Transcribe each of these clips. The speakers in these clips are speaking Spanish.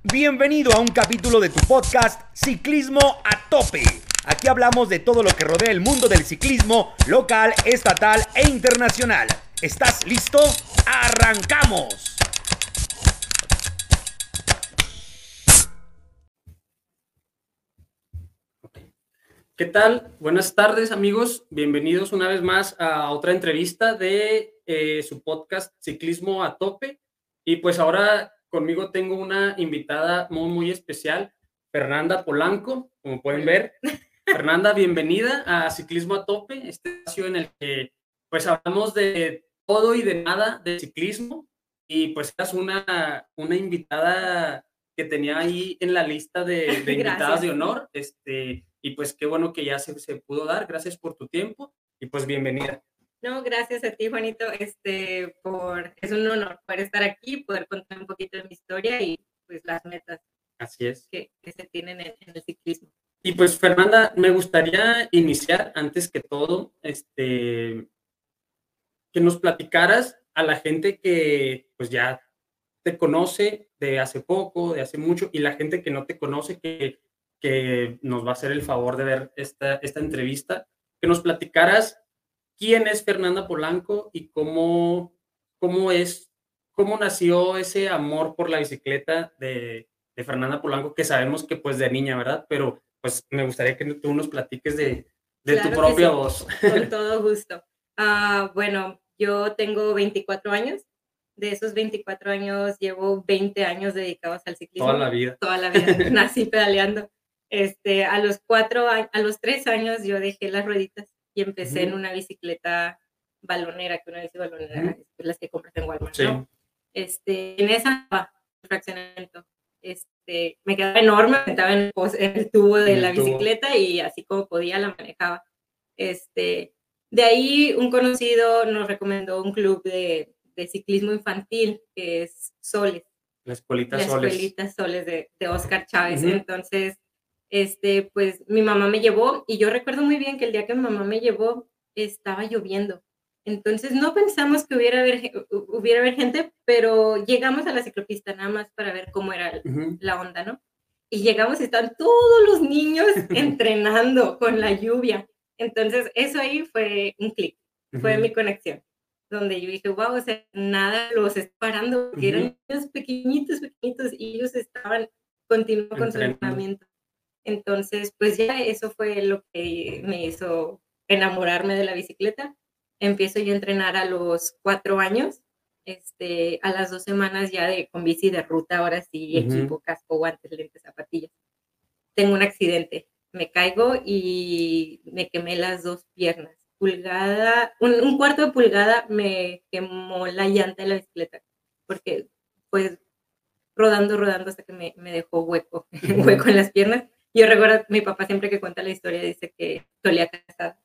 Bienvenido a un capítulo de tu podcast Ciclismo a Tope. Aquí hablamos de todo lo que rodea el mundo del ciclismo local, estatal e internacional. ¿Estás listo? ¡Arrancamos! ¿Qué tal? Buenas tardes, amigos. Bienvenidos una vez más a otra entrevista de su podcast Ciclismo a Tope. Y pues ahora conmigo tengo una invitada muy especial, Fernanda Polanco, como pueden ver. Fernanda, bienvenida a Ciclismo a Tope, este espacio en el que pues hablamos de todo y de nada de ciclismo. Y pues eras una invitada que tenía ahí en la lista de invitadas de honor. Y pues qué bueno que ya se pudo dar. Gracias por tu tiempo y pues bienvenida. No, gracias a ti, Juanito, es un honor poder estar aquí, poder contar un poquito de mi historia y pues las metas. Así es. Que se tienen en el ciclismo. Y pues, Fernanda, me gustaría iniciar antes que todo, que nos platicaras a la gente que pues ya te conoce de hace poco, de hace mucho, y la gente que no te conoce, que nos va a hacer el favor de ver esta entrevista, que nos platicaras quién es Fernanda Polanco y cómo nació ese amor por la bicicleta de Fernanda Polanco, que sabemos que pues de niña, ¿verdad? Pero pues me gustaría que tú nos platiques de Claro, tu propia sí, voz. Con todo gusto. Bueno, yo tengo 24 años. De esos 24 años llevo 20 años dedicados al ciclismo. Toda la vida. Toda la vida. Nací pedaleando. A los 3 años yo dejé las rueditas y empecé en una bicicleta balonera, que una bici balonera, las que compras en Walmart, Sí. ¿no? En esa fraccionamiento. Me quedaba enorme, me sentaba en el tubo de la bicicleta y así como podía la manejaba. De ahí un conocido nos recomendó un club de ciclismo infantil que es Soles. La Escuelita Soles de Oscar Chávez. Entonces, pues mi mamá me llevó y yo recuerdo muy bien que el día que mi mamá me llevó estaba lloviendo. Entonces no pensamos que hubiera haber gente, pero llegamos a la ciclopista nada más para ver cómo era la onda, ¿no? Y llegamos y están todos los niños entrenando con la lluvia. Entonces eso ahí fue un clic, fue mi conexión, donde yo dije, wow, o sea, nada los está parando, porque eran niños pequeñitos y ellos estaban continuando con su entrenamiento. Entonces, pues ya eso fue lo que me hizo enamorarme de la bicicleta. Empiezo yo a entrenar a los 4 años, a las 2 semanas ya con bici de ruta, ahora sí, equipo, casco, guantes, lentes, zapatillas. Tengo un accidente, me caigo y me quemé las 2 piernas. Un cuarto de pulgada me quemó la llanta de la bicicleta, porque pues rodando hasta que me dejó hueco en las piernas. Yo recuerdo, mi papá siempre que cuenta la historia dice que solía casada.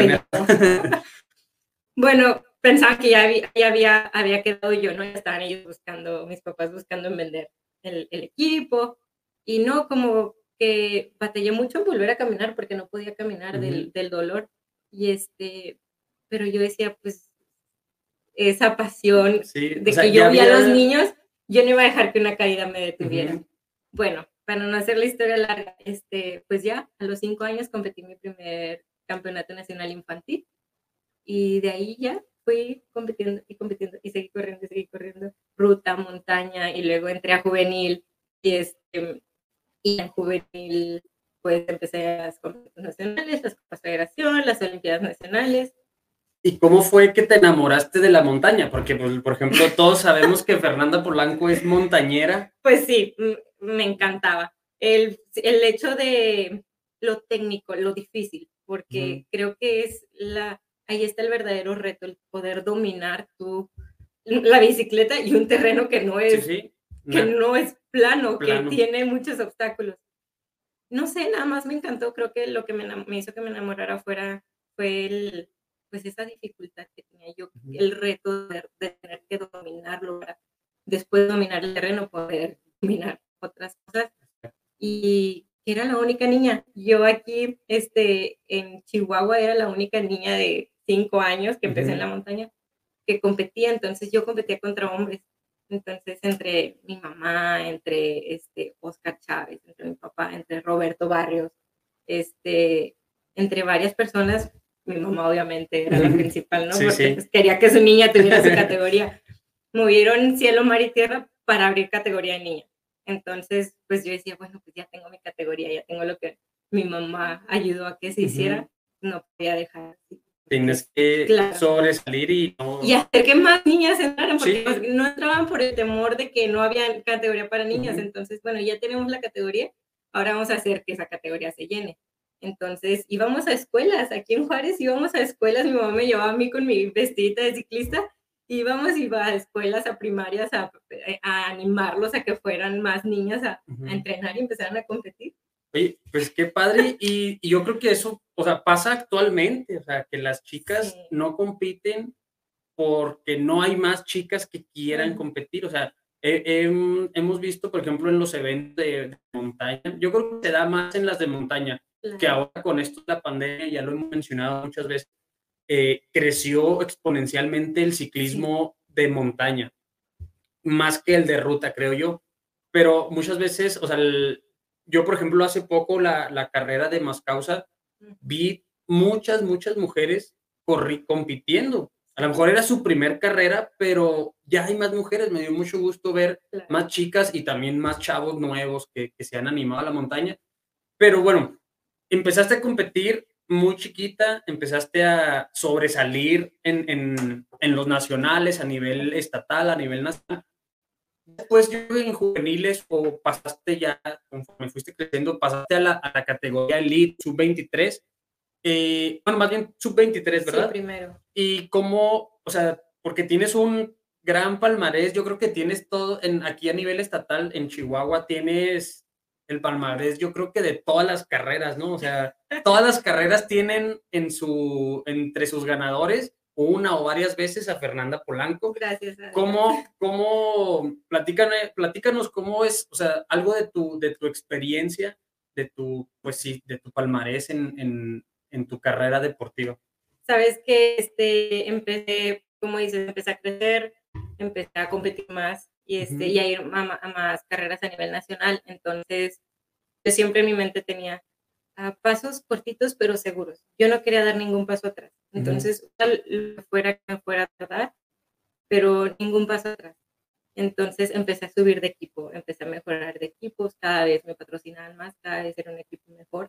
Bueno, pensaba que ya había quedado yo, ¿no? Ya estaban ellos mis papás buscando en vender el equipo. Y no, como que batallé mucho en volver a caminar porque no podía caminar del dolor. Pero yo decía, pues, esa pasión de que yo vi a los niños, yo no iba a dejar que una caída me detuviera. Bueno, para no hacer la historia larga, pues ya a los 5 años competí mi primer campeonato nacional infantil y de ahí ya fui compitiendo y seguí corriendo, ruta, montaña, y luego entré a juvenil y en juvenil pues empecé a las competiciones nacionales, las Copas Federación, las Olimpiadas Nacionales. ¿Y cómo fue que te enamoraste de la montaña? Porque, pues, por ejemplo, todos sabemos que Fernanda Polanco es montañera. Pues sí, me encantaba. El hecho de lo técnico, lo difícil, porque creo que ahí está el verdadero reto, el poder dominar la bicicleta y un terreno que no es, no es plano, que tiene muchos obstáculos. No sé, nada más me encantó. Creo que lo que me hizo que me enamorara fue pues esa dificultad que tenía yo, el reto de tener que dominarlo para después dominar el terreno, poder dominar otras cosas. Y era la única niña. Yo aquí, en Chihuahua, era la única niña de 5 años que empecé en la montaña que competía. Entonces yo competía contra hombres. Entonces, entre mi mamá, entre Oscar Chávez, entre mi papá, entre Roberto Barrios, entre varias personas, mi mamá obviamente era la principal, ¿no? Sí, Porque sí. pues, quería que su niña tuviera su categoría. Movieron cielo, mar y tierra para abrir categoría de niña. Entonces, pues yo decía, bueno, pues ya tengo mi categoría, ya tengo lo que mi mamá ayudó a que se hiciera, no podía dejar así. Tienes que Claro. sobresalir y no... Y hacer que más niñas entraran, porque Sí. pues, no entraban por el temor de que no había categoría para niñas. Ujú. Entonces, bueno, ya tenemos la categoría, ahora vamos a hacer que esa categoría se llene. Entonces, íbamos a escuelas, aquí en Juárez íbamos a escuelas, mi mamá me llevaba a mí con mi vestidita de ciclista, iba a escuelas, a primarias, a animarlos a que fueran más niñas a entrenar y empezaran a competir. Oye, pues qué padre, y yo creo que eso, o sea, pasa actualmente, o sea, que las chicas Sí. no compiten porque no hay más chicas que quieran competir, o sea, hemos visto, por ejemplo, en los eventos de montaña, yo creo que se da más en las de montaña, Claro. que ahora con esto de la pandemia, ya lo hemos mencionado muchas veces, creció exponencialmente el ciclismo de montaña, más que el de ruta, creo yo, pero muchas veces, o sea, yo, por ejemplo, hace poco la carrera de Mascausa, vi muchas mujeres compitiendo. A lo mejor era su primer carrera, pero ya hay más mujeres. Me dio mucho gusto ver Claro. más chicas y también más chavos nuevos que se han animado a la montaña. Pero bueno, empezaste a competir muy chiquita, empezaste a sobresalir en los nacionales, a nivel estatal, a nivel nacional. Después yo en juveniles o pasaste ya, conforme fuiste creciendo, pasaste a la categoría Elite Sub-23, bueno, más bien Sub-23, ¿verdad? Sí, primero. Y cómo, o sea, porque tienes un gran palmarés, yo creo que tienes todo, aquí a nivel estatal, en Chihuahua, tienes el palmarés, yo creo que de todas las carreras, ¿no? O sea, todas las carreras tienen entre sus ganadores una o varias veces a Fernanda Polanco. Gracias a Dios. Platícanos cómo es, o sea, algo de tu experiencia, pues sí, de tu palmarés en tu carrera deportiva. Sabes que empecé, como dices, empecé a crecer, empecé a competir más y, y a ir a más carreras a nivel nacional. Entonces, yo siempre en mi mente tenía pasos cortitos pero seguros. Yo no quería dar ningún paso atrás. Entonces, lo que me fuera a tardar, pero ningún paso atrás. Entonces empecé a subir de equipo, empecé a mejorar de equipos, cada vez me patrocinaban más, cada vez era un equipo mejor.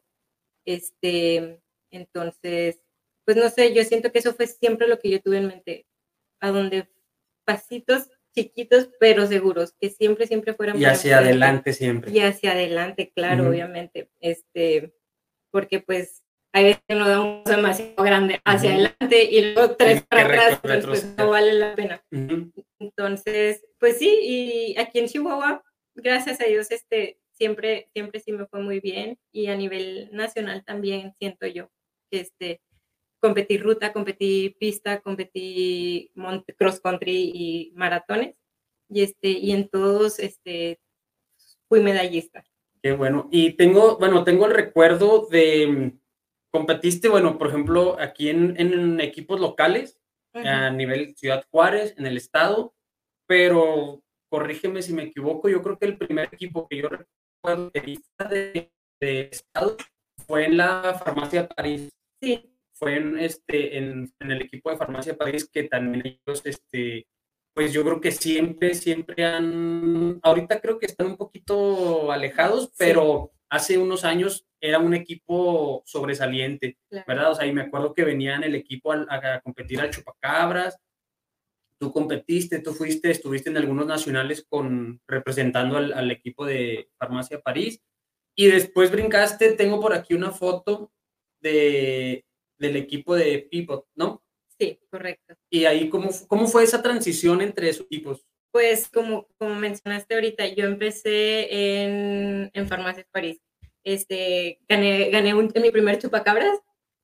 Entonces, pues no sé, yo siento que eso fue siempre lo que yo tuve en mente, a donde pasitos chiquitos pero seguros, que siempre fueran y hacia adelante siempre. Y hacia adelante, claro, obviamente, porque pues hay veces que uno da un paso demasiado grande hacia adelante y luego 3 para atrás, pues no vale la pena. Entonces, pues sí, y aquí en Chihuahua, gracias a Dios, siempre sí me fue muy bien, y a nivel nacional también siento yo que competí ruta, competí pista, competí cross country y maratones, y en todos fui medallista. Qué bueno. Y tengo el recuerdo de competiste, bueno, por ejemplo, aquí en equipos locales, a nivel Ciudad Juárez, en el estado, pero corrígeme si me equivoco, yo creo que el primer equipo que yo recuerdo de estado fue en la Farmacia París. Sí. Fue en el equipo de Farmacia París, que también ellos, pues yo creo que siempre ahorita creo que están un poquito alejados, pero hace unos años era un equipo sobresaliente, ¿verdad? O sea, y me acuerdo que venían el equipo a competir al Chupacabras. Tú competiste, estuviste en algunos nacionales representando al equipo de Farmacia París, y después brincaste, tengo por aquí una foto del equipo de Pivot, ¿no? Sí, correcto. Y ahí, ¿cómo fue esa transición entre esos equipos? Pues como mencionaste ahorita, yo empecé en Farmacias París. Gané mi primer chupacabras,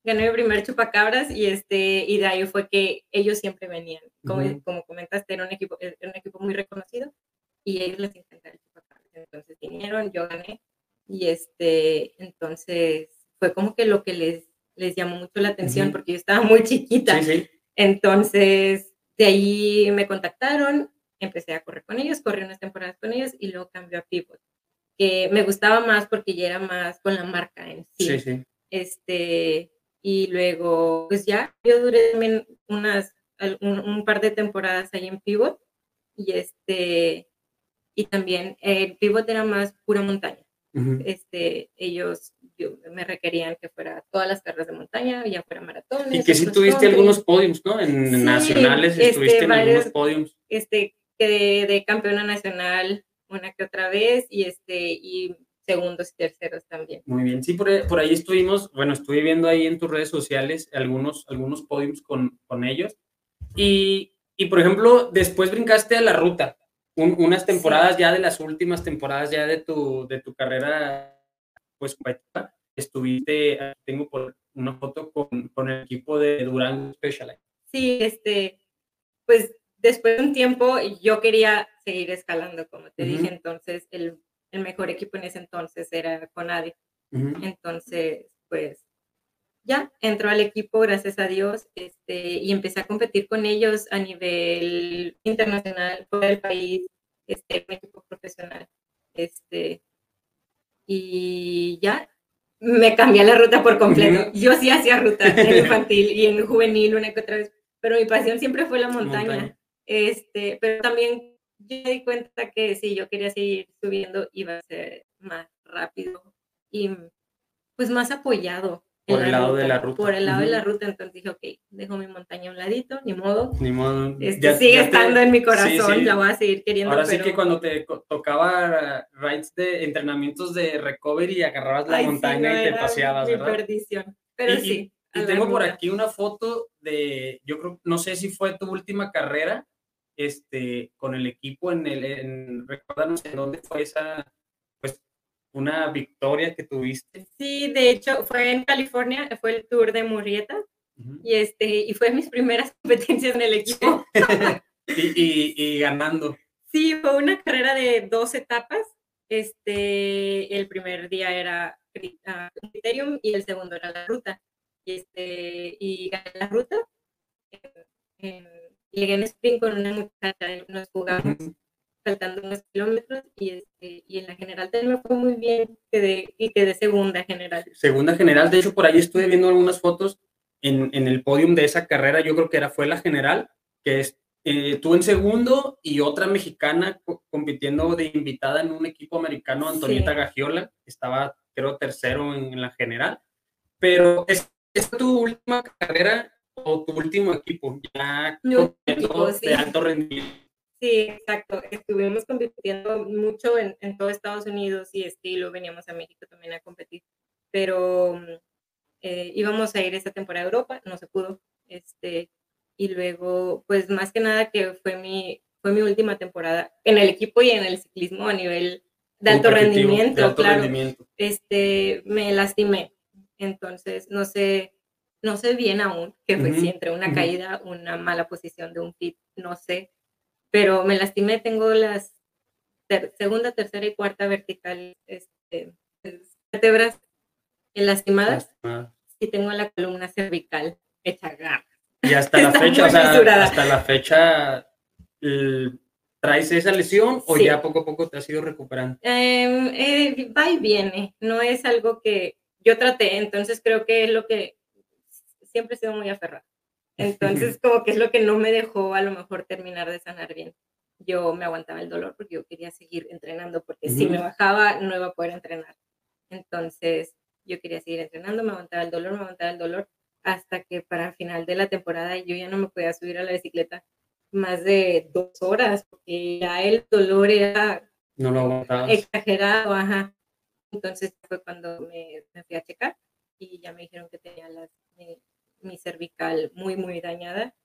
y de ahí fue que ellos siempre venían. Como comentaste, era un equipo muy reconocido y a ellos les encantaba el chupacabras. Entonces vinieron, yo gané, y entonces fue como que lo que les llamó mucho la atención, porque yo estaba muy chiquita. Sí. Entonces de ahí me contactaron, empecé a correr con ellos, corrí unas temporadas con ellos y luego cambié a pivot, que me gustaba más porque ya era más con la marca en sí. Sí. Y luego, pues ya, yo duré también un par de temporadas ahí en pivot y y también el pivot era más pura montaña. Ellos me requerían que fuera todas las carreras de montaña, ya fuera maratones. Y que sí tuviste algunos podiums, ¿no? En sí, nacionales estuviste en algunos podiums. Quedé de campeona nacional una que otra vez y segundos y terceros también. Muy bien, sí, por ahí estuvimos, bueno, estuve viendo ahí en tus redes sociales algunos podiums con ellos. Y, por ejemplo, después brincaste a la ruta. Unas temporadas ya de las últimas temporadas ya de tu carrera, pues, competitiva, estuviste, tengo por una foto con el equipo de Durango Specialized. Sí, pues después de un tiempo yo quería seguir escalando, como te dije, entonces el mejor equipo en ese entonces era CONADE. Entonces, pues ya entró al equipo, gracias a Dios, y empecé a competir con ellos a nivel internacional, fuera del país, un equipo profesional. Y ya me cambié la ruta por completo. Yo sí hacía ruta en infantil y en juvenil una que otra vez, pero mi pasión siempre fue la montaña. Pero también yo me di cuenta que si yo quería seguir subiendo iba a ser más rápido y pues más apoyado. Por el lado de la ruta. Por el lado de la ruta, entonces dije, ok, dejo mi montaña a un ladito, ni modo. Ni modo. Sigue estando en mi corazón, la voy a seguir queriendo. Ahora sí que cuando te tocaba rides de entrenamientos de recovery, agarrabas la montaña y te paseabas, ¿verdad? Mi perdición, pero sí. Y tengo por aquí una foto de, yo creo, no sé si fue tu última carrera, con el equipo recuérdanos en dónde fue esa, pues, una victoria que tuviste. Sí, de hecho, fue en California, fue el Tour de Murrieta, y fue mis primeras competencias en el equipo. y ganando. Sí, fue una carrera de 2 etapas. El primer día era criterium y el segundo era la ruta. Y gané la ruta. Llegué en sprint con una muchacha, nos jugamos faltando unos kilómetros y en la general también me fue muy bien, quedé segunda general. Segunda general, de hecho por ahí estuve viendo algunas fotos en el podium de esa carrera, yo creo que fue la general, que tú en segundo y otra mexicana compitiendo de invitada en un equipo americano, Antonieta Gagiola, estaba creo tercero en la general, pero ¿es tu última carrera o tu último equipo? Ya de alto rendimiento. Sí, exacto. Estuvimos compitiendo mucho en todo Estados Unidos y luego veníamos a México también a competir, pero íbamos a ir esta temporada a Europa, no se pudo, y luego, pues más que nada que fue mi última temporada en el equipo y en el ciclismo a nivel de alto rendimiento, claro. Me lastimé, entonces no sé bien aún qué fue, si entre una caída, una mala posición de un fit, no sé, pero me lastimé, tengo las segunda, tercera y cuarta vertical vértebras lastimadas. Y tengo la columna cervical hecha garra. Y hasta la fecha, hasta la fecha, ¿traes esa lesión o ya poco a poco te has ido recuperando? Va y viene, no es algo que yo traté, entonces creo que es lo que siempre he sido muy aferrada. Entonces como que es lo que no me dejó a lo mejor terminar de sanar bien. Yo me aguantaba el dolor porque yo quería seguir entrenando, porque si me bajaba no iba a poder entrenar. Entonces yo quería seguir entrenando, me aguantaba el dolor, hasta que para el final de la temporada yo ya no me podía subir a la bicicleta más de 2 horas, porque ya el dolor era no lo aguantabas. Exagerado, ajá. Entonces fue cuando me fui a checar y ya me dijeron que tenía mi cervical muy, muy dañada.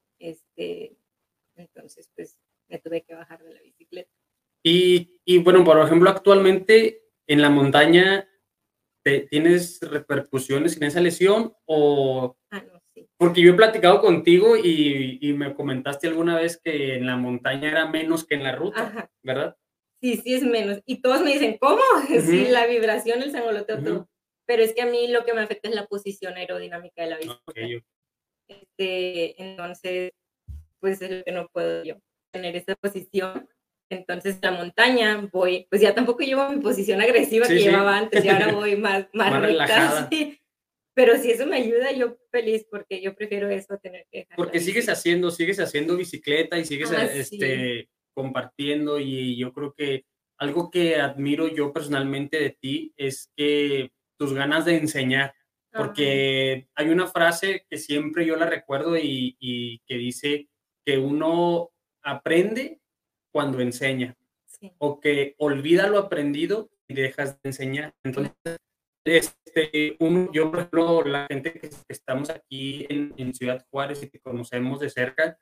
Entonces, pues me tuve que bajar de la bicicleta. Y bueno, por ejemplo, actualmente en la montaña, ¿tienes repercusiones en esa lesión o...? No, sí. Porque yo he platicado contigo y me comentaste alguna vez que en la montaña era menos que en la ruta, ajá, ¿verdad? Sí, es menos. Y todos me dicen, ¿cómo? Sí, la vibración, el sangoloteo, todo. Pero es que a mí lo que me afecta es la posición aerodinámica de la bicicleta. Entonces, pues es lo que no puedo yo. tener esa posición. Entonces, la montaña voy, pues ya tampoco llevo mi posición agresiva que llevaba antes, y ahora voy más recta, relajada. Sí. Pero si eso me ayuda, yo feliz, porque yo prefiero eso a tener que dejar Porque sigues haciendo bicicleta y sigues sí. compartiendo, y yo creo que algo que admiro yo personalmente de ti es que tus ganas de enseñar, porque hay una frase que siempre yo la recuerdo y que dice que uno aprende cuando enseña, Sí. o que olvida lo aprendido y dejas de enseñar. Entonces, yo, por ejemplo, la gente que estamos aquí en Ciudad Juárez y que conocemos de cerca,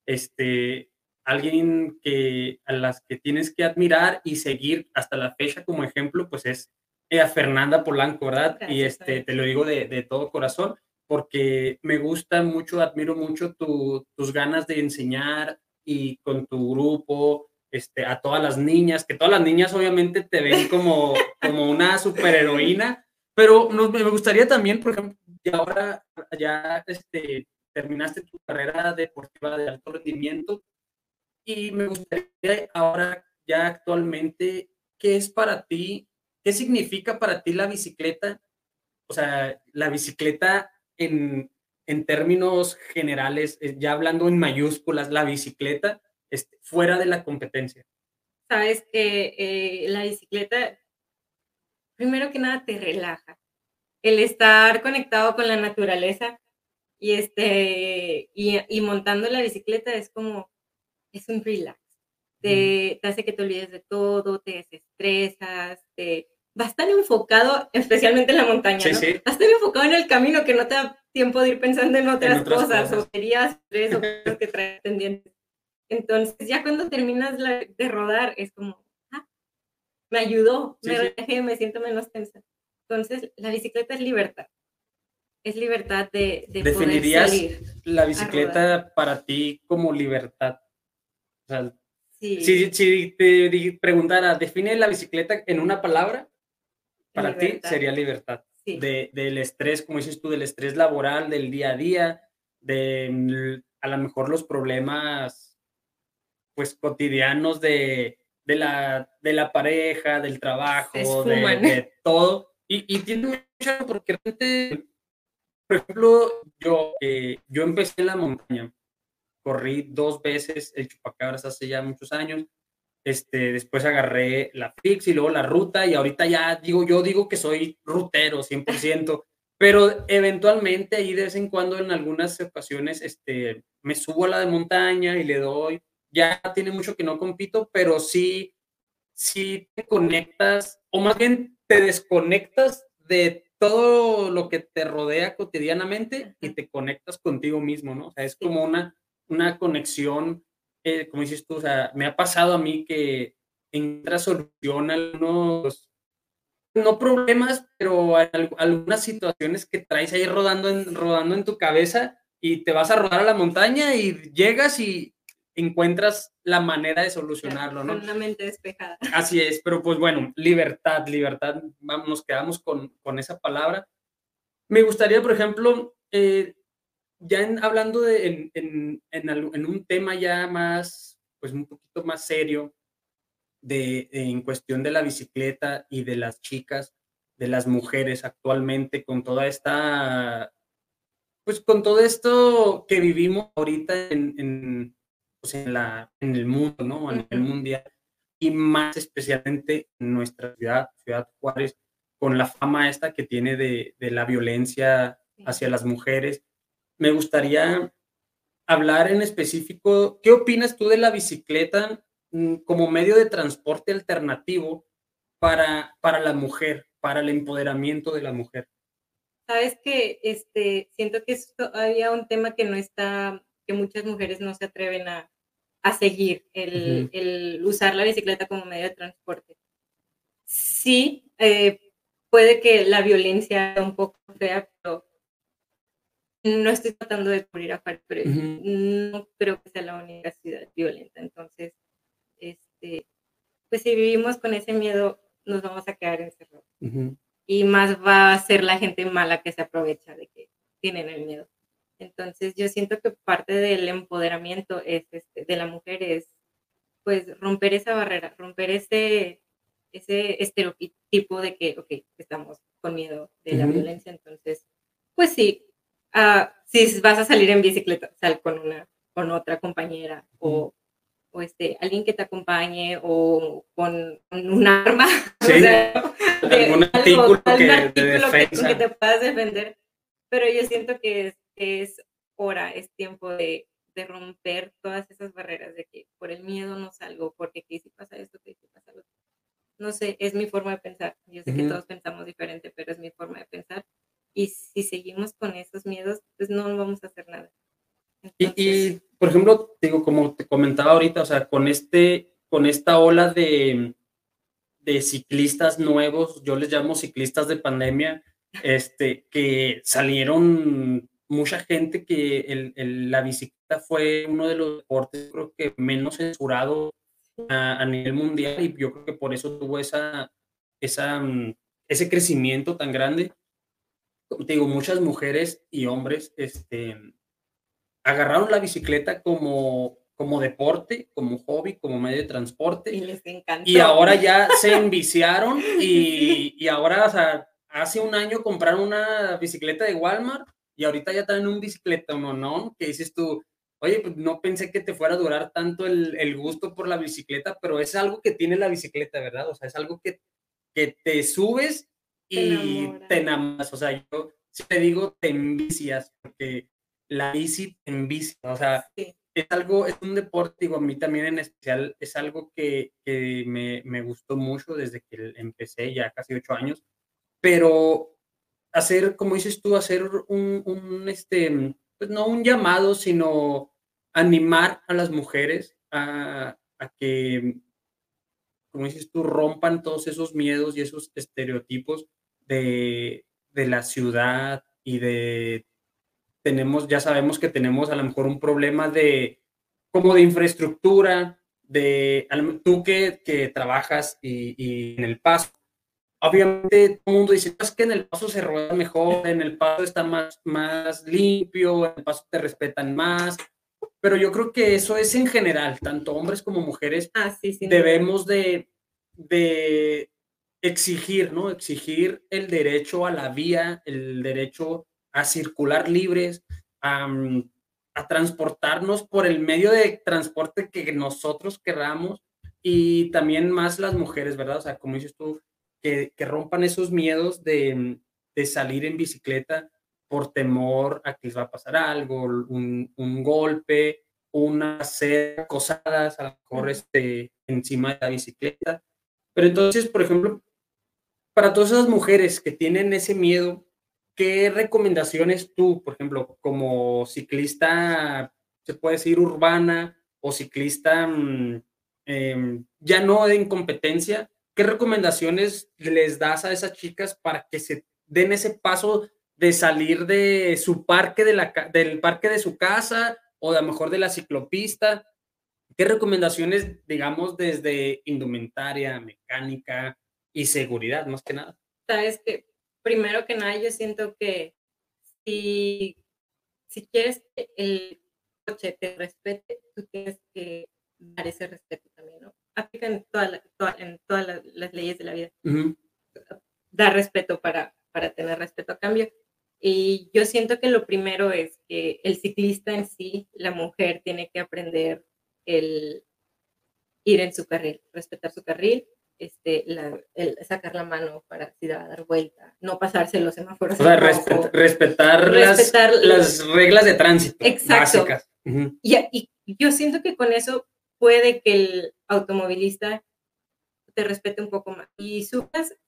alguien a las que tienes que admirar y seguir hasta la fecha como ejemplo, pues es a Fernanda Polanco, ¿verdad? Gracias, Y te lo digo de todo corazón, porque me gusta mucho, admiro mucho tus ganas de enseñar, y con tu grupo, a todas las niñas, que todas las niñas obviamente te ven como una superheroína, pero me gustaría también, por ejemplo, y ahora ya terminaste tu carrera deportiva de alto rendimiento, y me gustaría ahora, ya actualmente, ¿qué es para ti? ¿Qué significa para ti la bicicleta? O sea, la bicicleta en términos generales, ya hablando en mayúsculas, la bicicleta fuera de la competencia. Sabes que la bicicleta, primero que nada, te relaja. El estar conectado con la naturaleza y montando la bicicleta es un relax. Te hace que te olvides de todo, te desestresas, vas tan enfocado, especialmente en la montaña, Sí, ¿no? sí. Vas tan enfocado en el camino que no te da tiempo de ir pensando en otras cosas, o querías estrés o cosas que traes pendientes. Entonces, ya cuando terminas de rodar, es como, me ayudó, me relajé, me siento menos tensa. Entonces, la bicicleta es libertad. Es libertad de poder salir. ¿Definirías la bicicleta para ti como libertad? O sea, sí. si te preguntara, define la bicicleta en una palabra, para libertad. ti sería libertad. Sí. Del estrés, como dices tú, del estrés laboral, del día a día, a lo mejor los problemas pues cotidianos de la pareja, del trabajo, de todo. Y tiene mucho, porque realmente, por ejemplo, yo empecé en la montaña, corrí 2 veces el Chupacabras hace ya muchos años. Después agarré la Fix y luego la ruta, y ahorita ya digo que soy rutero 100%, pero eventualmente ahí de vez en cuando, en algunas ocasiones, me subo a la de montaña y le doy. Ya tiene mucho que no compito, pero sí te conectas, o más bien te desconectas de todo lo que te rodea cotidianamente y te conectas contigo mismo, ¿no? O sea, es como una conexión, como dices tú, o sea, me ha pasado a mí que encuentras solución a algunos, no problemas, pero algunas situaciones que traes ahí rodando en tu cabeza, y te vas a rodar a la montaña y llegas y encuentras la manera de solucionarlo, ¿no? Con una mente despejada. Así es, pero pues bueno, libertad, nos quedamos con esa palabra. Me gustaría, por ejemplo, ya hablando en un tema ya más, pues un poquito más serio, en cuestión de la bicicleta y de las chicas, de las mujeres actualmente, con toda esta, pues con todo esto que vivimos ahorita pues en el mundo, ¿no? A nivel mundial, y más especialmente en nuestra Ciudad Juárez, con la fama esta que tiene de la violencia hacia las mujeres. Me gustaría hablar en específico, ¿qué opinas tú de la bicicleta como medio de transporte alternativo para la mujer, para el empoderamiento de la mujer? Sabes que siento que es todavía un tema que muchas mujeres no se atreven a seguir, el usar la bicicleta como medio de transporte. Sí, puede que la violencia sea un poco fea, pero no estoy tratando de cubrir a Juárez, pero no creo que sea la única ciudad violenta. Entonces, pues si vivimos con ese miedo, nos vamos a quedar encerrados. Y más va a ser la gente mala que se aprovecha de que tienen el miedo. Entonces, yo siento que parte del empoderamiento de la mujer es pues romper esa barrera, romper ese estereotipo de que, ok, estamos con miedo de la violencia, entonces, pues sí, si vas a salir en bicicleta, sal con otra compañera o alguien que te acompañe o con un arma, sí, o sea, algún artículo de que defensa. te puedas defender, pero yo siento que es hora, es tiempo de romper todas esas barreras de que por el miedo no salgo, porque ¿qué si pasa esto? ¿Qué si pasa lo otro? No sé, es mi forma de pensar. Yo sé que todos pensamos diferente, pero es mi forma de pensar. Y si seguimos con esos miedos, pues no vamos a hacer nada. Entonces, y por ejemplo, digo, como te comentaba ahorita, o sea, con esta ola de ciclistas nuevos, yo les llamo ciclistas de pandemia, que salieron mucha gente que la bicicleta fue uno de los deportes, creo que menos censurado a nivel mundial, y yo creo que por eso tuvo ese crecimiento tan grande. Como te digo, muchas mujeres y hombres, agarraron la bicicleta como deporte, como hobby, como medio de transporte. Y les encantó. Y ahora ya se enviciaron Sí. y ahora, o sea, hace un año compraron una bicicleta de Walmart y ahorita ya traen un bicicleta, ¿no? Que dices tú, oye, pues no pensé que te fuera a durar tanto el gusto por la bicicleta, pero es algo que tiene la bicicleta, ¿verdad? O sea, es algo que te subes y te enamoras. O sea, yo si te digo, te envicias, porque la bici te envicia, o sea, sí. es un deporte, digo, a mí también en especial, es algo que me gustó mucho desde que empecé, ya casi 8 años, pero hacer, como dices tú, hacer pues no un llamado, sino animar a las mujeres a que, como dices tú, rompan todos esos miedos y esos estereotipos de la ciudad y ya sabemos que tenemos a lo mejor un problema como de infraestructura, tú que trabajas y en El Paso, obviamente todo el mundo dice, es que en El Paso se rueda mejor, en El Paso está más limpio, en El Paso te respetan más, pero yo creo que eso es en general, tanto hombres como mujeres, sí, debemos de exigir, ¿no? Exigir el derecho a la vía, el derecho a circular libres, a transportarnos por el medio de transporte que nosotros querramos, y también más las mujeres, ¿verdad? O sea, como dices tú, que rompan esos miedos de salir en bicicleta por temor a que les va a pasar algo, un golpe, ser acosadas, a lo mejor encima de la bicicleta. Pero entonces, por ejemplo, para todas esas mujeres que tienen ese miedo, ¿qué recomendaciones tú, por ejemplo, como ciclista, se puede decir urbana o ciclista ya no en competencia, qué recomendaciones les das a esas chicas para que se den ese paso de salir de su parque, del parque de su casa o a lo mejor de la ciclopista? ¿Qué recomendaciones, digamos, desde indumentaria, mecánica y seguridad, más que nada? Sabes que, primero que nada, yo siento que si quieres que el coche te respete, tú tienes que dar ese respeto también, ¿no? Aplica en todas las leyes de la vida. Dar respeto para tener respeto a cambio. Y yo siento que lo primero es que el ciclista en sí, la mujer, tiene que aprender el ir en su carril, respetar su carril, el sacar la mano para si va a dar vuelta, no pasarse los semáforos. O sea, respetar las reglas de tránsito. Exacto. Básicas. Y yo siento que con eso puede que el automovilista te respete un poco más y sufres,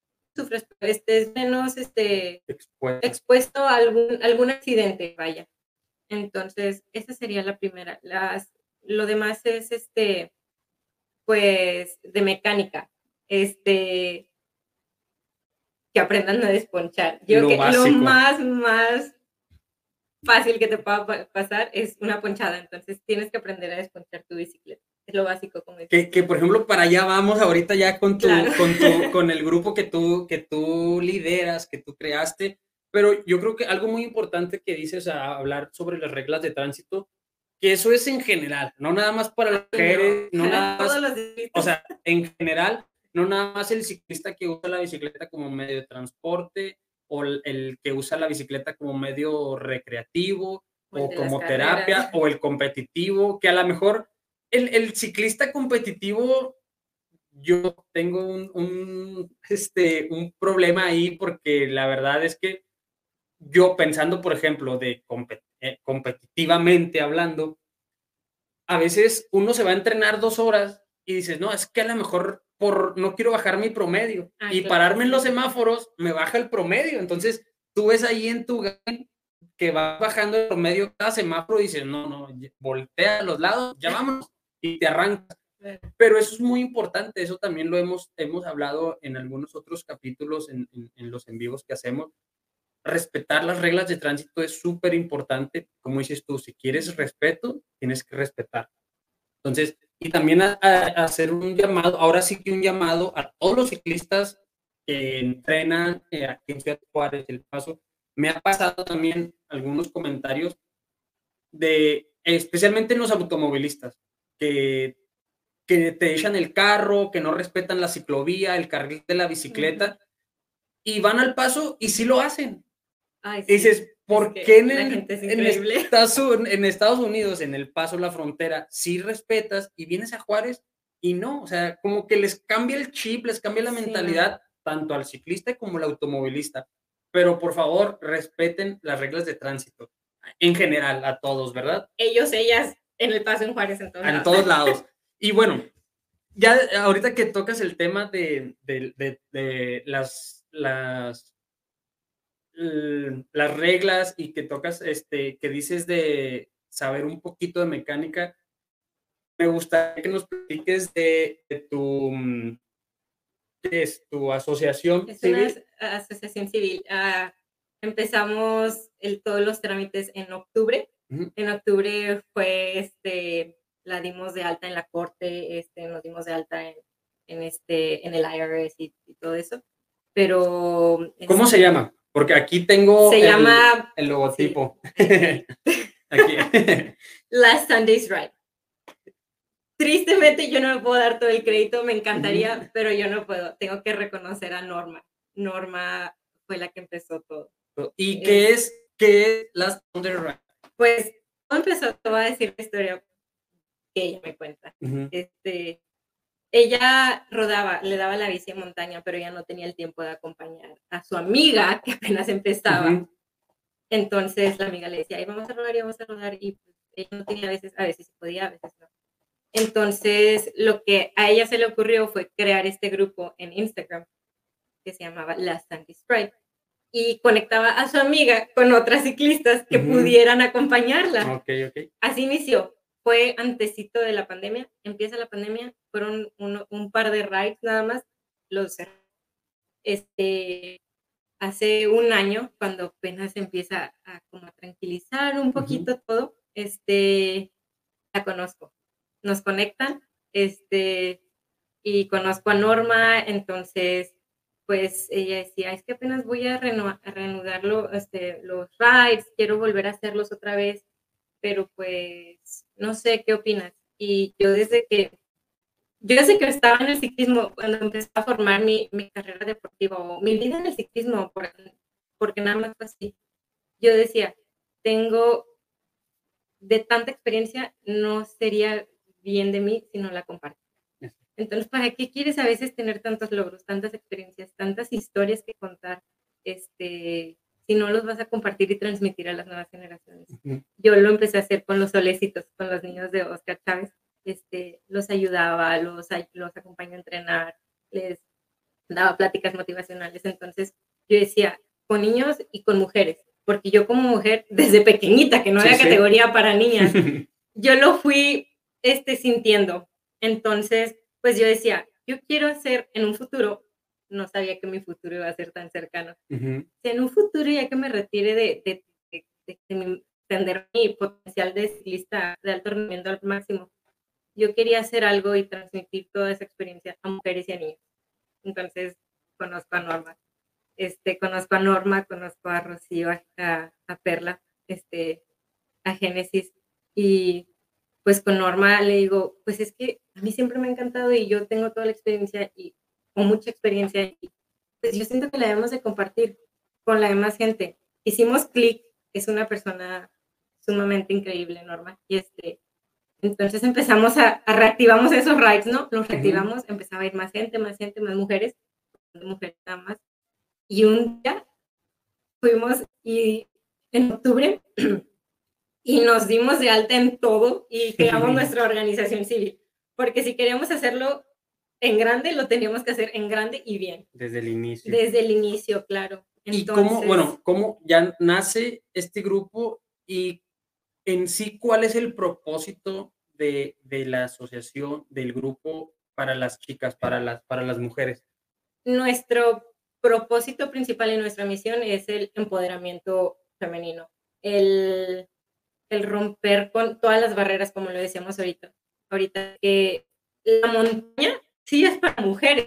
estés menos expuesto a algún accidente, vaya. Entonces, esa sería la primera. Lo demás es pues de mecánica, que aprendan a desponchar. Yo que lo más fácil que te pueda pasar es una ponchada, entonces tienes que aprender a desponchar tu bicicleta. Es lo básico, como dices. Que por ejemplo, para allá vamos ahorita ya Claro. con el grupo que tú lideras, que tú creaste, pero yo creo que algo muy importante que dices a hablar sobre las reglas de tránsito, que eso es en general, no nada más para las mujeres, no nada más, Todos los o sea, en general, no nada más el ciclista que usa la bicicleta como medio de transporte o el que usa la bicicleta como medio recreativo el o de las como carreras. terapia o el competitivo, que a lo mejor el ciclista competitivo, yo tengo un problema ahí porque la verdad es que yo pensando, por ejemplo, competitivamente hablando, a veces uno se va a entrenar 2 horas y dices, no, es que a lo mejor no quiero bajar mi promedio y Claro, pararme en los sí. semáforos me baja el promedio. Entonces, tú ves ahí en tu Garmin que va bajando el promedio cada semáforo y dices, no, voltea a los lados, ya vámonos y te arrancas. Pero eso es muy importante, eso también lo hemos hablado en algunos otros capítulos en los en vivos que hacemos. Respetar las reglas de tránsito es súper importante. Como dices tú, si quieres respeto, tienes que respetar. Entonces, y también a hacer un llamado, ahora sí que un llamado a todos los ciclistas que entrenan aquí en Ciudad Juárez, El Paso. Me ha pasado también algunos comentarios especialmente en los automovilistas, que te echan el carro, que no respetan la ciclovía, el carril de la bicicleta, y van al paso y sí lo hacen. Ay, Y dices, ¿por qué la gente es increíble? en Estados Unidos, en El Paso, la frontera, sí respetas y vienes a Juárez y no? O sea, como que les cambia el chip, les cambia la mentalidad, tanto al ciclista como al automovilista. Pero por favor, respeten las reglas de tránsito, en general, a todos, ¿verdad? Ellos, ellas, en El Paso, en Juárez, en todos lados. Y bueno, ya ahorita que tocas el tema de las reglas y que tocas, que dices de saber un poquito de mecánica, me gustaría que nos platiques de tu, ¿qué es? Tu asociación civil. Una asociación civil. Empezamos todos los trámites en octubre. Uh-huh. En octubre fue, la dimos de alta en la corte, nos dimos de alta en el IRS y todo eso. Pero... ¿Cómo se llama? Porque aquí tengo llama, el logotipo. Sí. Aquí. Last Sunday's Ride. Tristemente yo no me puedo dar todo el crédito, me encantaría, pero yo no puedo. Tengo que reconocer a Norma. Norma fue la que empezó todo. ¿Y qué es Last Sunday's Ride? Pues todo empezó, te voy a decir la historia que ella me cuenta. Uh-huh. Ella rodaba, le daba la bici en montaña, pero ella no tenía el tiempo de acompañar a su amiga que apenas empezaba. Uh-huh. Entonces la amiga le decía, ay, vamos a rodar, y pues, ella no tenía a veces podía, a veces no. Entonces lo que a ella se le ocurrió fue crear este grupo en Instagram que se llamaba Last Sunday's Ride y conectaba a su amiga con otras ciclistas que pudieran acompañarla. Okay. Así inició. Fue antesito de la pandemia, empieza la pandemia, fueron un par de rides nada más, los hace un año, cuando apenas empieza a como a tranquilizar un poquito todo, la conozco, nos conectan, y conozco a Norma, entonces, pues ella decía, es que apenas voy a reanudar los rides, quiero volver a hacerlos otra vez, pero pues no sé qué opinas. Y yo desde que estaba en el ciclismo, cuando empecé a formar mi carrera deportiva o mi vida en el ciclismo, porque nada más fue así, yo decía, tengo de tanta experiencia, no sería bien de mí si no la comparto. Entonces, ¿para qué quieres a veces tener tantos logros, tantas experiencias, tantas historias que contar, si no los vas a compartir y transmitir a las nuevas generaciones? Uh-huh. Yo lo empecé a hacer con los solecitos, con los niños de Oscar Chávez. Los ayudaba, los acompañé a entrenar, les daba pláticas motivacionales. Entonces, yo decía, con niños y con mujeres, porque yo como mujer, desde pequeñita, que no había categoría para niñas, yo lo fui sintiendo. Entonces, pues yo decía, yo quiero hacer en un futuro, no sabía que mi futuro iba a ser tan cercano. Uh-huh. En un futuro, ya que me retire de extender mi potencial de ciclista de alto rendimiento al máximo, yo quería hacer algo y transmitir toda esa experiencia a mujeres y a niños. Entonces, conozco a Norma. Conozco a Rocío, a Perla, a Génesis, y pues con Norma le digo, pues es que a mí siempre me ha encantado y yo tengo toda la experiencia o mucha experiencia y pues yo siento que la debemos de compartir con la demás gente. Hicimos clic, es una persona sumamente increíble, Norma, y entonces empezamos reactivamos esos rides, ¿no? Los reactivamos, empezaba a ir más gente, más mujeres nada más. Y un día fuimos y en octubre y nos dimos de alta en todo y creamos nuestra organización civil, porque si queríamos hacerlo en grande, lo teníamos que hacer en grande y bien. Desde el inicio. Desde el inicio, claro. Entonces, ¿y cómo ya nace este grupo y en sí cuál es el propósito de la asociación, del grupo para las chicas, para las mujeres? Nuestro propósito principal y nuestra misión es el empoderamiento femenino, el romper con todas las barreras, como lo decíamos ahorita, que la montaña sí es para mujeres,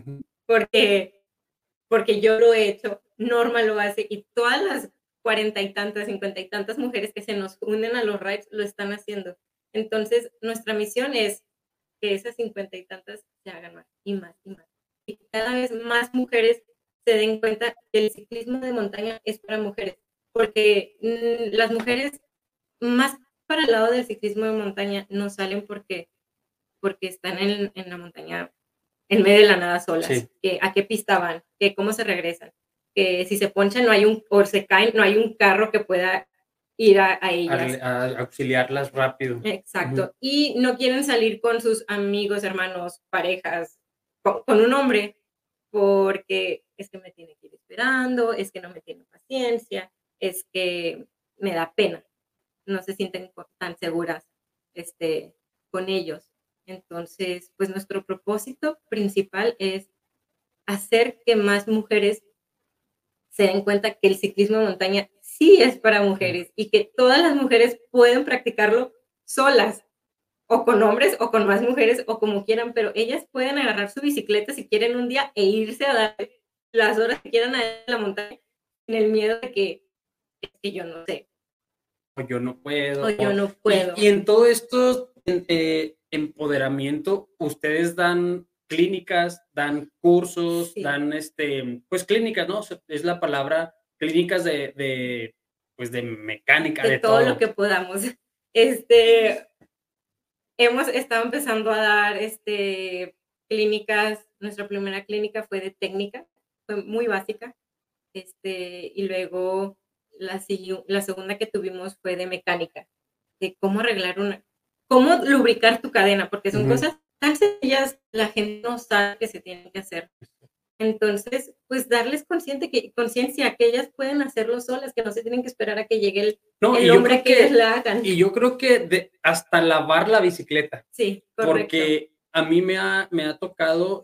porque yo lo he hecho, Norma lo hace y todas las 40 y tantas, 50 y tantas mujeres que se nos unen a los rides lo están haciendo. Entonces, nuestra misión es que esas 50 y tantas se hagan más y más y más. Y cada vez más mujeres se den cuenta que el ciclismo de montaña es para mujeres, porque las mujeres más para el lado del ciclismo de montaña no salen porque están en la montaña en medio de la nada solas, sí. Que a qué pista van, que cómo se regresan, que si se ponchan o se caen, no hay un carro que pueda ir a ellas. A auxiliarlas rápido. Exacto. Y no quieren salir con sus amigos, hermanos, parejas, con un hombre, porque es que me tiene que ir esperando, es que no me tiene paciencia, es que me da pena. No se sienten tan seguras con ellos. Entonces, pues nuestro propósito principal es hacer que más mujeres se den cuenta que el ciclismo de montaña sí es para mujeres y que todas las mujeres pueden practicarlo solas, o con hombres, o con más mujeres, o como quieran, pero ellas pueden agarrar su bicicleta si quieren un día e irse a dar las horas que quieran a la montaña sin el miedo de que yo no sé. O yo no puedo. O yo no puedo. Y en todo esto, empoderamiento, ustedes dan clínicas, dan cursos, sí. Dan pues clínicas, ¿no? Es la palabra, clínicas de mecánica, de todo. Lo que podamos. Hemos estado empezando a dar clínicas. Nuestra primera clínica fue de técnica, fue muy básica. Y luego la segunda que tuvimos fue de mecánica, de cómo arreglar cómo lubricar tu cadena, porque son cosas tan sencillas, la gente no sabe que se tienen que hacer. Entonces, pues darles conciencia que ellas pueden hacerlo solas, que no se tienen que esperar a que llegue el hombre que ellas la hagan. Y yo creo que hasta lavar la bicicleta. Sí, correcto. Porque a mí me ha tocado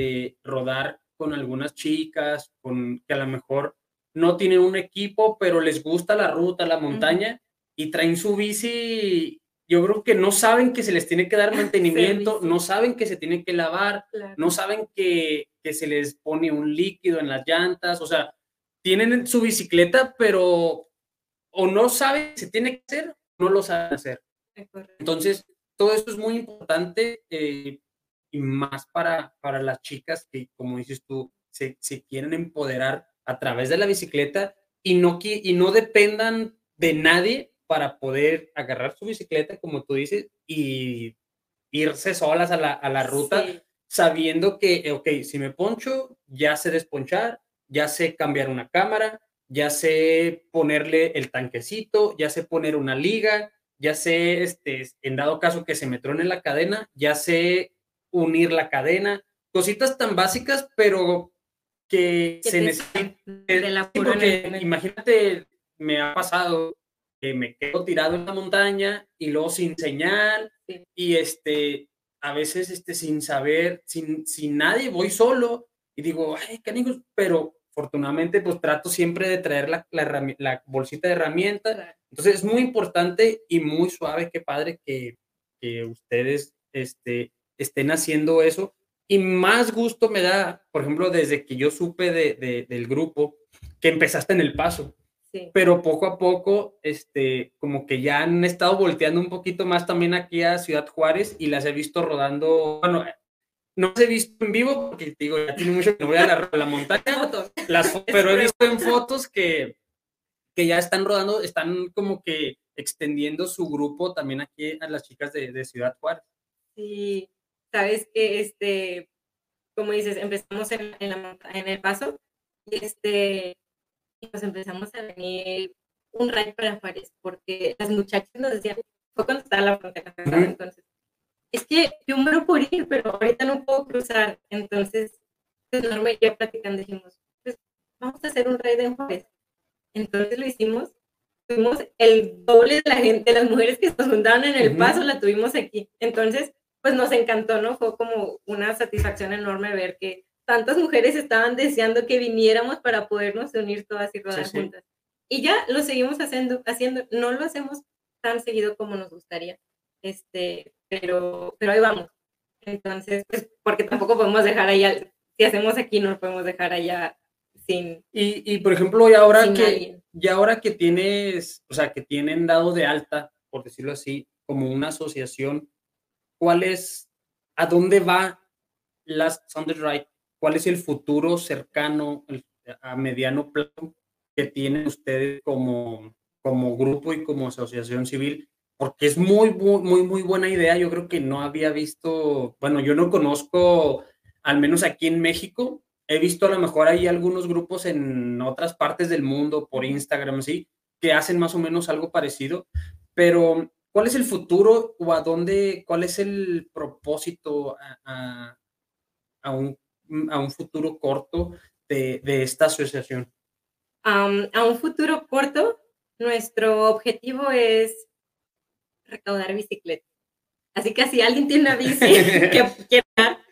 rodar con algunas chicas que a lo mejor no tienen un equipo, pero les gusta la ruta, la montaña, y traen su bici. Yo creo que no saben que se les tiene que dar mantenimiento, no saben que se tiene que lavar, claro. No saben que se les pone un líquido en las llantas, o sea, tienen su bicicleta, pero o no saben que se tiene que hacer, no lo saben hacer. Entonces, todo esto es muy importante y más para las chicas que, como dices tú, se quieren empoderar a través de la bicicleta y no dependan de nadie para poder agarrar su bicicleta, como tú dices, y irse solas a la ruta, sí. Sabiendo que, ok, si me poncho, ya sé desponchar, ya sé cambiar una cámara, ya sé ponerle el tanquecito, ya sé poner una liga, ya sé, en dado caso que se me trone la cadena, ya sé unir la cadena, cositas tan básicas, pero que se necesitan. Porque imagínate, me ha pasado que me quedo tirado en la montaña y luego sin señal, sí. Y a veces sin saber, sin nadie, voy solo y digo, ay, canijos, pero afortunadamente pues trato siempre de traer la bolsita de herramientas. Claro. Entonces es muy importante y muy suave, qué padre que ustedes estén haciendo eso. Y más gusto me da, por ejemplo, desde que yo supe del grupo, que empezaste en El Paso. Sí. pero poco a poco, como que ya han estado volteando un poquito más también aquí a Ciudad Juárez y las he visto rodando, bueno, no las he visto en vivo porque te digo, ya tiene mucho que no voy a la montaña, Fotos. pero he visto en fotos que ya están rodando, están como que extendiendo su grupo también aquí a las chicas de Ciudad Juárez. Sí, sabes que, como dices, empezamos en El Paso y nos empezamos a venir un raid para Juárez, porque las muchachas nos decían, fue cuando estaba la frontera cerrada, entonces, es que yo muero por ir, pero ahorita no puedo cruzar, entonces, Norma y yo platicando dijimos, pues vamos a hacer un raid en Juárez. Entonces lo hicimos, tuvimos el doble de la gente, de las mujeres que nos juntaban en El Paso, la tuvimos aquí. Entonces, pues nos encantó, ¿no? Fue como una satisfacción enorme ver que tantas mujeres estaban deseando que viniéramos para podernos unir todas y rodar juntas. Y ya lo seguimos haciendo, no lo hacemos tan seguido como nos gustaría, pero ahí vamos. Entonces, pues, porque tampoco podemos dejar allá, si hacemos aquí, no lo podemos dejar allá sin. Y por ejemplo, y ahora que tienes, o sea, que tienen dado de alta, por decirlo así, como una asociación, a dónde va Last Sunday Ride? ¿Cuál es el futuro cercano, a mediano plazo que tienen ustedes como grupo y como asociación civil? Porque es muy buena idea. Yo creo que no había visto, bueno, yo no conozco, al menos aquí en México, he visto a lo mejor hay algunos grupos en otras partes del mundo, por Instagram, sí, que hacen más o menos algo parecido, pero ¿cuál es el futuro o cuál es el propósito a un futuro corto de esta asociación? A un futuro corto, nuestro objetivo es recaudar bicicletas. Así que si alguien tiene una bici que quiera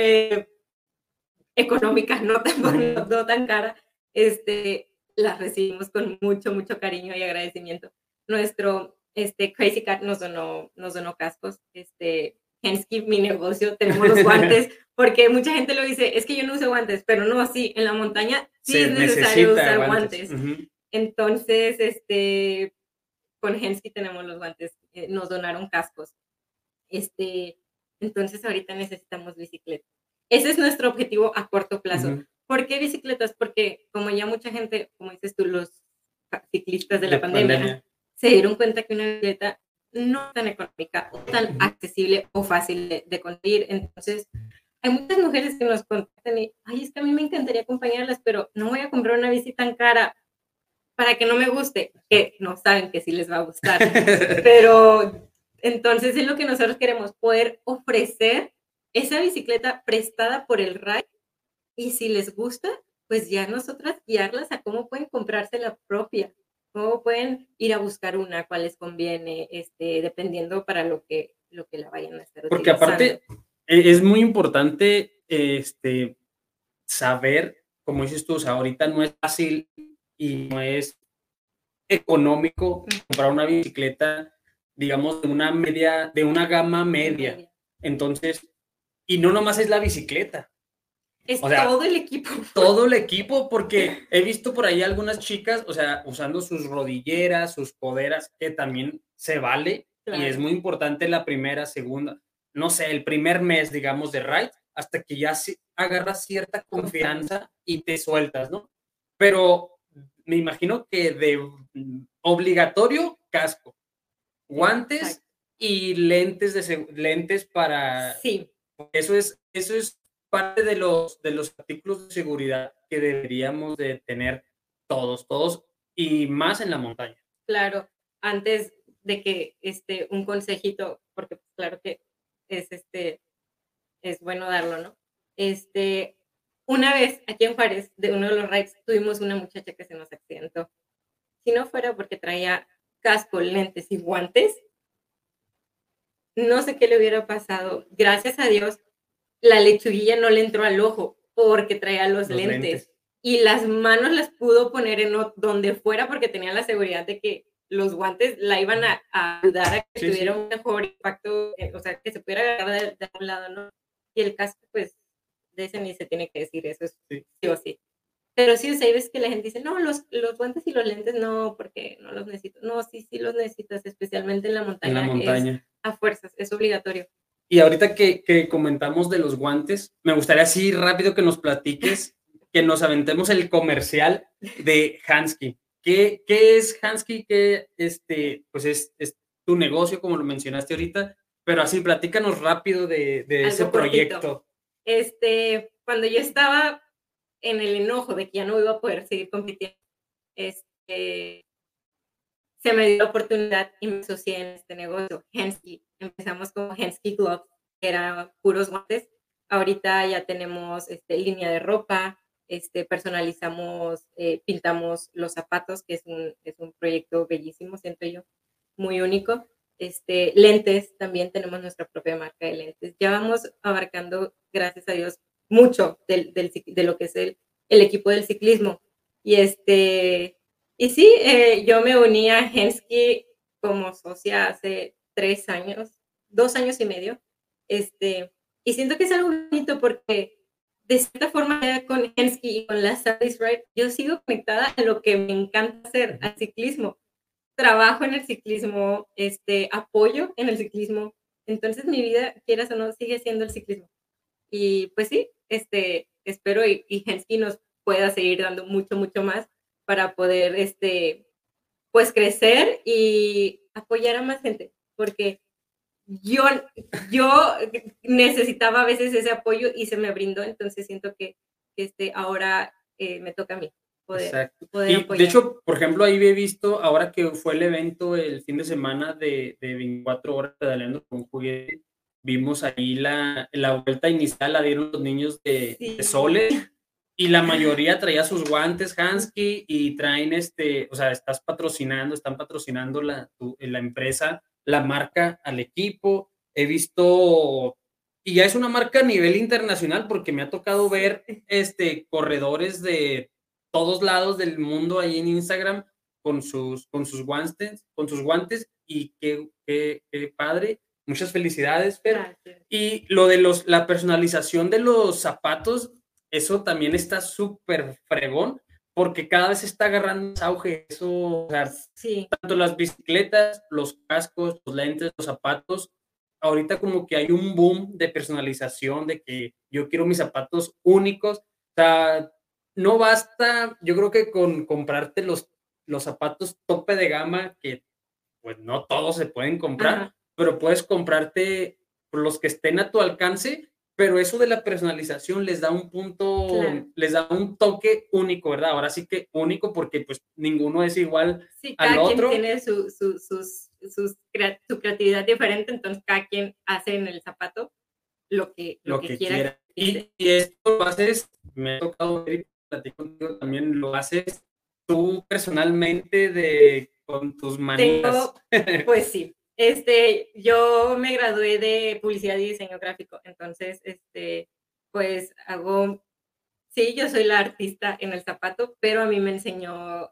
económica, no tan cara, las recibimos con mucho cariño y agradecimiento. Nuestro Crazy Cat nos donó cascos. Hensky, mi negocio, tenemos los guantes, porque mucha gente lo dice, es que yo no uso guantes, pero no, sí, en la montaña sí es necesario usar guantes. Entonces, con Hensky tenemos los guantes, nos donaron cascos. Entonces ahorita necesitamos bicicletas. Ese es nuestro objetivo a corto plazo. ¿Por qué bicicletas? Porque como ya mucha gente, como dices tú, los ciclistas de la pandemia, se dieron cuenta que una bicicleta no es tan económica o tan accesible o fácil de conseguir. Entonces, hay muchas mujeres que nos contactan y, ay, es que a mí me encantaría acompañarlas, pero no voy a comprar una bici tan cara para que no me guste, que no saben que sí les va a gustar. Pero entonces es lo que nosotros queremos, poder ofrecer esa bicicleta prestada por el RAI y si les gusta, pues ya nosotras guiarlas a cómo pueden comprarse la propia, cómo pueden ir a buscar una, cuál les conviene, dependiendo para lo que la vayan a estar utilizando. Porque aparte es muy importante saber, como dices tú, o sea, ahorita no es fácil y no es económico comprar una bicicleta, digamos, de una gama media. Entonces, y no nomás es la bicicleta. Es todo el equipo. Todo el equipo, porque he visto por ahí algunas chicas, o sea, usando sus rodilleras, sus coderas, que también se vale, claro. Y es muy importante la primera, segunda, no sé, el primer mes, digamos, de ride, hasta que ya agarras cierta confianza y te sueltas, ¿no? Pero me imagino que de obligatorio, casco, guantes. Exacto. Y lentes para... Sí. Eso es parte de los artículos de seguridad que deberíamos de tener todos y más en la montaña. Claro, antes de que un consejito, porque claro que es bueno darlo, ¿no? Una vez aquí en Juárez, de uno de los rides, tuvimos una muchacha que se nos accidentó. Si no fuera porque traía casco, lentes y guantes, no sé qué le hubiera pasado. Gracias a Dios, la lechuguilla no le entró al ojo porque traía los lentes. Y las manos las pudo poner en donde fuera porque tenía la seguridad de que los guantes la iban a ayudar a que tuviera un mejor impacto, o sea, que se pudiera agarrar de un lado, ¿no? Y el casco, pues, de ese ni se tiene que decir, eso es sí o sí. Pero sí, o sea, hay veces que la gente dice, no, los guantes y los lentes no, porque no los necesito. No, sí, sí los necesitas, especialmente en la montaña. En la montaña. Es a fuerzas, es obligatorio. Y ahorita que comentamos de los guantes, me gustaría así rápido que nos platiques, que nos aventemos el comercial de Hansky. ¿Qué es Hansky? Que pues es tu negocio, como lo mencionaste ahorita, pero así platícanos rápido de ese proyecto. Cuando yo estaba en el enojo de que ya no iba a poder seguir compitiendo, se me dio la oportunidad y me asocié en este negocio, Hansky. Empezamos con Hansky Gloves, que eran puros guantes. Ahorita ya tenemos línea de ropa, personalizamos, pintamos los zapatos, que es un proyecto bellísimo, siento yo, muy único. Lentes, también tenemos nuestra propia marca de lentes. Ya vamos abarcando, gracias a Dios, mucho de lo que es el equipo del ciclismo. Y sí, yo me uní a Hansky como socia hace 3 años, 2 años y medio. Y siento que es algo bonito porque de cierta forma con Hansky y con la Sunday's Ride, yo sigo conectada a lo que me encanta hacer, al ciclismo. Trabajo en el ciclismo, apoyo en el ciclismo. Entonces mi vida, quieras o no, sigue siendo el ciclismo. Y pues sí, espero y Hansky nos pueda seguir dando mucho, mucho más para poder, pues crecer y apoyar a más gente, porque yo necesitaba a veces ese apoyo y se me brindó, entonces siento que ahora me toca a mí poder y apoyar. De hecho, por ejemplo, ahí he visto, ahora que fue el evento el fin de semana de 24 horas pedaleando con juguete, vimos ahí la vuelta inicial, la dieron los niños de Sole, y la mayoría traía sus guantes Hansky y traen o sea, están patrocinando la empresa, la marca al equipo. He visto, y ya es una marca a nivel internacional, porque me ha tocado ver corredores de todos lados del mundo ahí en Instagram con sus guantes, y qué padre. Muchas felicidades, Fer. Gracias. Y lo de la personalización de los zapatos, eso también está súper fregón, porque cada vez está agarrando más auge eso, o sea, sí. Tanto las bicicletas, los cascos, los lentes, los zapatos, ahorita como que hay un boom de personalización, de que yo quiero mis zapatos únicos, o sea, no basta, yo creo que con comprarte los zapatos tope de gama, que pues no todos se pueden comprar, Ajá. pero puedes comprarte los que estén a tu alcance, pero eso de la personalización les da un punto, claro, les da un toque único, ¿verdad? Ahora sí que único, porque pues ninguno es igual sí, al cada otro. quien tiene su creatividad diferente, entonces cada quien hace en el zapato lo que quiera. Y esto lo haces, me ha tocado ver y platicar contigo también, lo haces tú personalmente con tus manías. Pues sí. Yo me gradué de publicidad y diseño gráfico, entonces, pues sí, yo soy la artista en el zapato, pero a mí me enseñó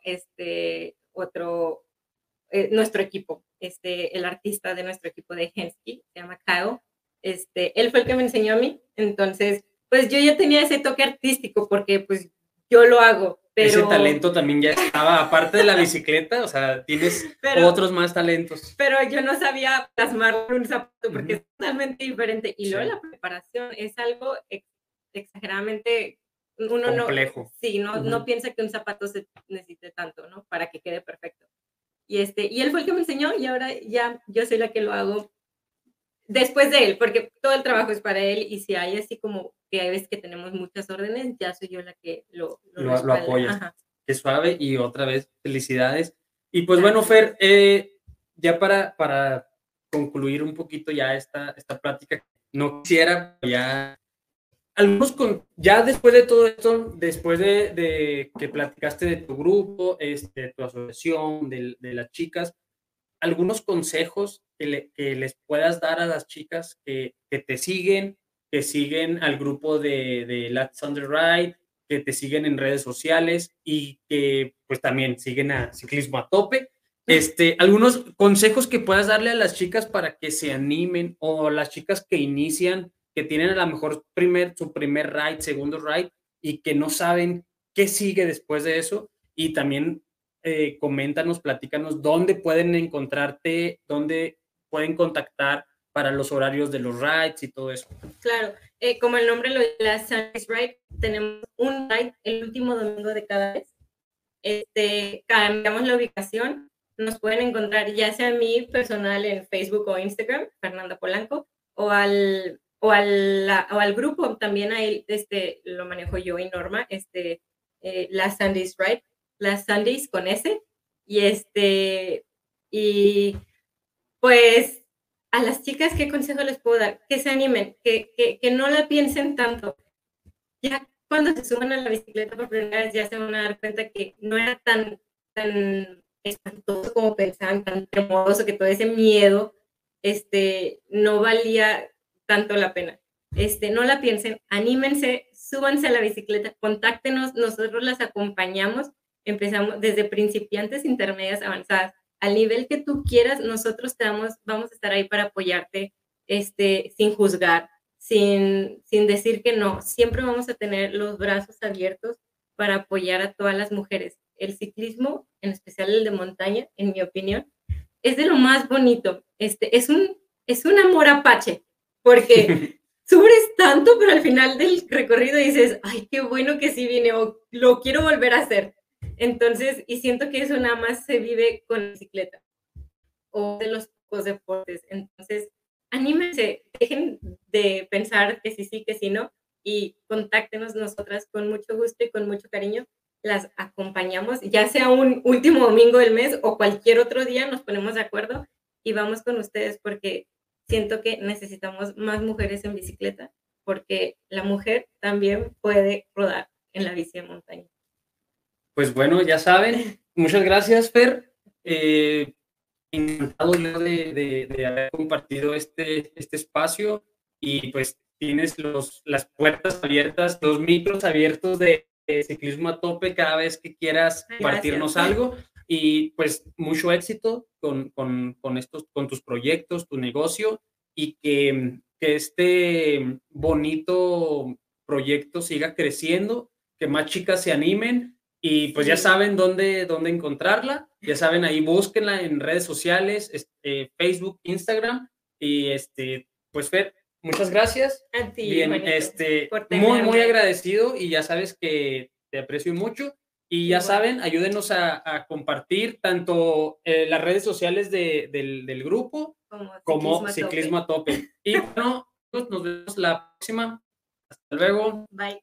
nuestro equipo, el artista de nuestro equipo de Hansky, se llama Kyle. Él fue el que me enseñó a mí, entonces, pues yo ya tenía ese toque artístico porque pues yo lo hago. Pero, ese talento también ya estaba, aparte de la bicicleta, o sea, tienes otros más talentos. Pero yo no sabía plasmar un zapato porque es totalmente diferente. Y luego la preparación es algo exageradamente complejo. No piensa que un zapato se necesite tanto, ¿no? Para que quede perfecto. Y él fue el que me enseñó y ahora ya yo soy la que lo hago después de él, porque todo el trabajo es para él, y si hay así como que hay veces que tenemos muchas órdenes, ya soy yo la que lo apoya. Ajá. Qué suave, y otra vez, felicidades. Y pues bueno, Fer, ya para concluir un poquito ya esta plática, no quisiera ya ya después de todo esto, después de que platicaste de tu grupo, de tu asociación, de las chicas, algunos consejos que les puedas dar a las chicas que te siguen, que siguen al grupo de Let's Under Ride, que te siguen en redes sociales y que pues también siguen a Ciclismo a Tope. Algunos consejos que puedas darle a las chicas para que se animen, o las chicas que inician, que tienen a lo mejor su primer ride, segundo ride, y que no saben qué sigue después de eso, y también coméntanos, platícanos dónde pueden encontrarte, dónde pueden contactar para los horarios de los rides y todo eso. Claro, como el nombre lo dice, la Sundays Ride, tenemos un ride el último domingo de cada mes. Cambiamos la ubicación, nos pueden encontrar ya sea a mí personal en Facebook o Instagram, Fernanda Polanco, o al grupo también ahí lo manejo yo y Norma, las Sundays Ride, las Sundays con S, y pues a las chicas, ¿qué consejo les puedo dar? Que se animen, que no la piensen tanto. Ya cuando se suban a la bicicleta por primera vez ya se van a dar cuenta que no era tan espantoso como pensaban, tan temoroso, que todo ese miedo no valía tanto la pena. No la piensen, anímense, súbanse a la bicicleta, contáctenos, nosotros las acompañamos, empezamos desde principiantes, intermedias, avanzadas, al nivel que tú quieras, nosotros vamos a estar ahí para apoyarte, sin juzgar, sin decir que no, siempre vamos a tener los brazos abiertos para apoyar a todas las mujeres. El ciclismo, en especial el de montaña, en mi opinión, es de lo más bonito, es un amor apache, porque sufres tanto, pero al final del recorrido dices, ay, qué bueno que sí vine, o lo quiero volver a hacer. Entonces, y siento que eso nada más se vive con bicicleta o de los pocos deportes. Entonces, anímense, dejen de pensar que sí, que sí, no, y contáctenos, nosotras con mucho gusto y con mucho cariño las acompañamos, ya sea un último domingo del mes o cualquier otro día, nos ponemos de acuerdo y vamos con ustedes, porque siento que necesitamos más mujeres en bicicleta, porque la mujer también puede rodar en la bici de montaña. Pues bueno, ya saben, muchas gracias, Fer. Encantado yo de haber compartido este espacio, y pues tienes las puertas abiertas, los micros abiertos de Ciclismo a Tope cada vez que quieras compartirnos algo, y pues mucho éxito con tus proyectos, tu negocio, y que este bonito proyecto siga creciendo, que más chicas se animen. Y pues ya saben dónde encontrarla, ya saben, ahí búsquenla en redes sociales, Facebook, Instagram, y pues Fer, muchas gracias. A ti, bien, muy agradecido, y ya sabes que te aprecio mucho, y ya saben, ayúdenos a compartir tanto las redes sociales del grupo como Ciclismo a Tope. Y bueno, nos vemos la próxima. Hasta luego. Bye.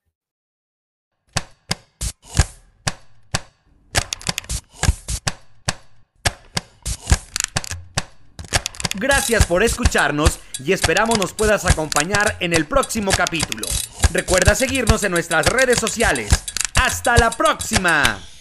Gracias por escucharnos y esperamos nos puedas acompañar en el próximo capítulo. Recuerda seguirnos en nuestras redes sociales. ¡Hasta la próxima!